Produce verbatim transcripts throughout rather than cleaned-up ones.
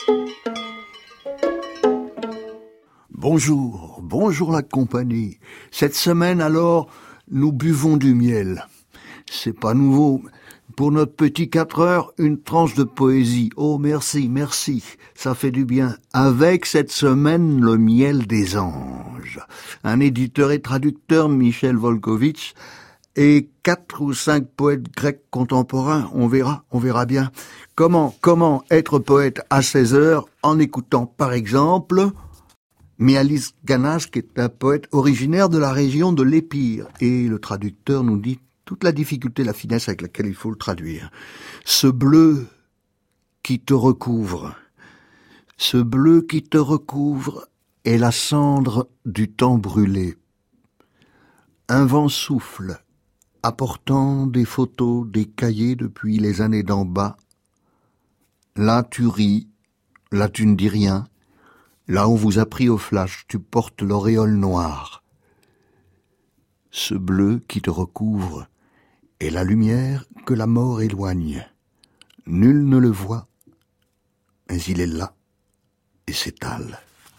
Bonjour, bonjour la compagnie. Cette semaine alors, nous buvons du miel. C'est pas nouveau. Pour notre petit quatre heures, une tranche de poésie. Oh merci, merci, ça fait du bien. Avec cette semaine, le miel des anges. Un éditeur et traducteur, Michel Volkovitch, et quatre ou cinq poètes grecs contemporains. On verra, on verra bien. Comment, comment être poète à seize heures en écoutant par exemple Mialis Ganas, qui est un poète originaire de la région de l'Épire. Et le traducteur nous dit toute la difficulté, la finesse avec laquelle il faut le traduire. Ce bleu qui te recouvre, ce bleu qui te recouvre est la cendre du temps brûlé. Un vent souffle, apportant des photos, des cahiers depuis les années d'en bas. Là tu ris, là tu ne dis rien. Là on vous a pris au flash, tu portes l'auréole noire. Ce bleu qui te recouvre est la lumière que la mort éloigne. Nul ne le voit, mais il est là et s'étale.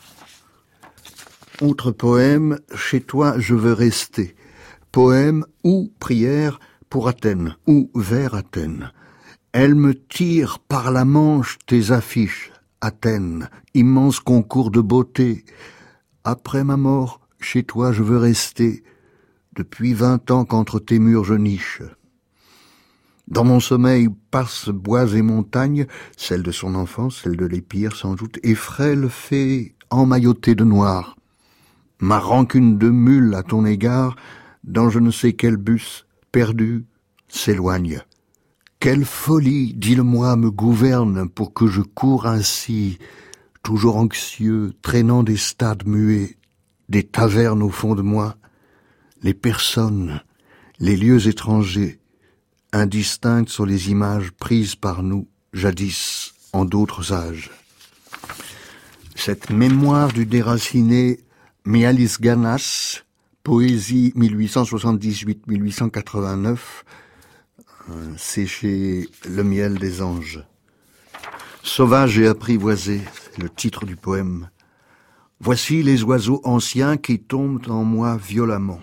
Autre poème, chez toi je veux rester. Poème ou prière pour Athènes ou vers Athènes. Elle me tire par la manche tes affiches. Athènes, immense concours de beauté. Après ma mort, chez toi je veux rester. Depuis vingt ans qu'entre tes murs je niche. Dans mon sommeil passent bois et montagnes, celle de son enfance, celle de l'Épire sans doute, et frêle fée emmaillotée de noir. Ma rancune de mule à ton égard, dans je ne sais quel bus, perdu, s'éloigne. Quelle folie, dis-le-moi, me gouverne pour que je cours ainsi, toujours anxieux, traînant des stades muets, des tavernes au fond de moi, les personnes, les lieux étrangers, indistincts sur les images prises par nous, jadis, en d'autres âges. Cette mémoire du déraciné Mialis Ganas, poésie mille huit cent soixante-dix-huit à mille huit cent quatre-vingt-neuf, c'est chez Le Miel des Anges. Sauvage et apprivoisé, c'est le titre du poème. Voici les oiseaux anciens qui tombent en moi violemment.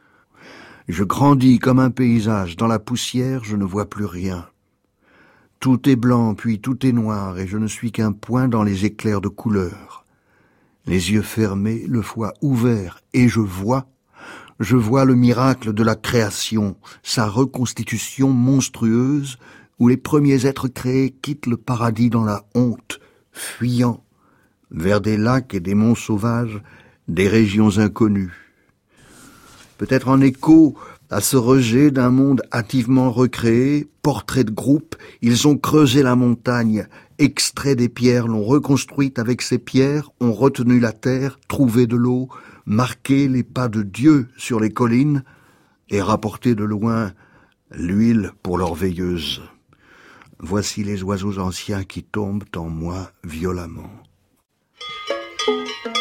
Je grandis comme un paysage, dans la poussière je ne vois plus rien. Tout est blanc, puis tout est noir, et je ne suis qu'un point dans les éclairs de couleur. Les yeux fermés, le foie ouvert, et je vois, je vois le miracle de la création, sa reconstitution monstrueuse, où les premiers êtres créés quittent le paradis dans la honte, fuyant vers des lacs et des monts sauvages, des régions inconnues. Peut-être en écho à ce rejet d'un monde hâtivement recréé, portrait de groupe, ils ont creusé la montagne, extrait des pierres, l'ont reconstruite avec ces pierres, ont retenu la terre, trouvé de l'eau, marqué les pas de Dieu sur les collines et rapporté de loin l'huile pour leur veilleuse. Voici les oiseaux anciens qui tombent en moi violemment.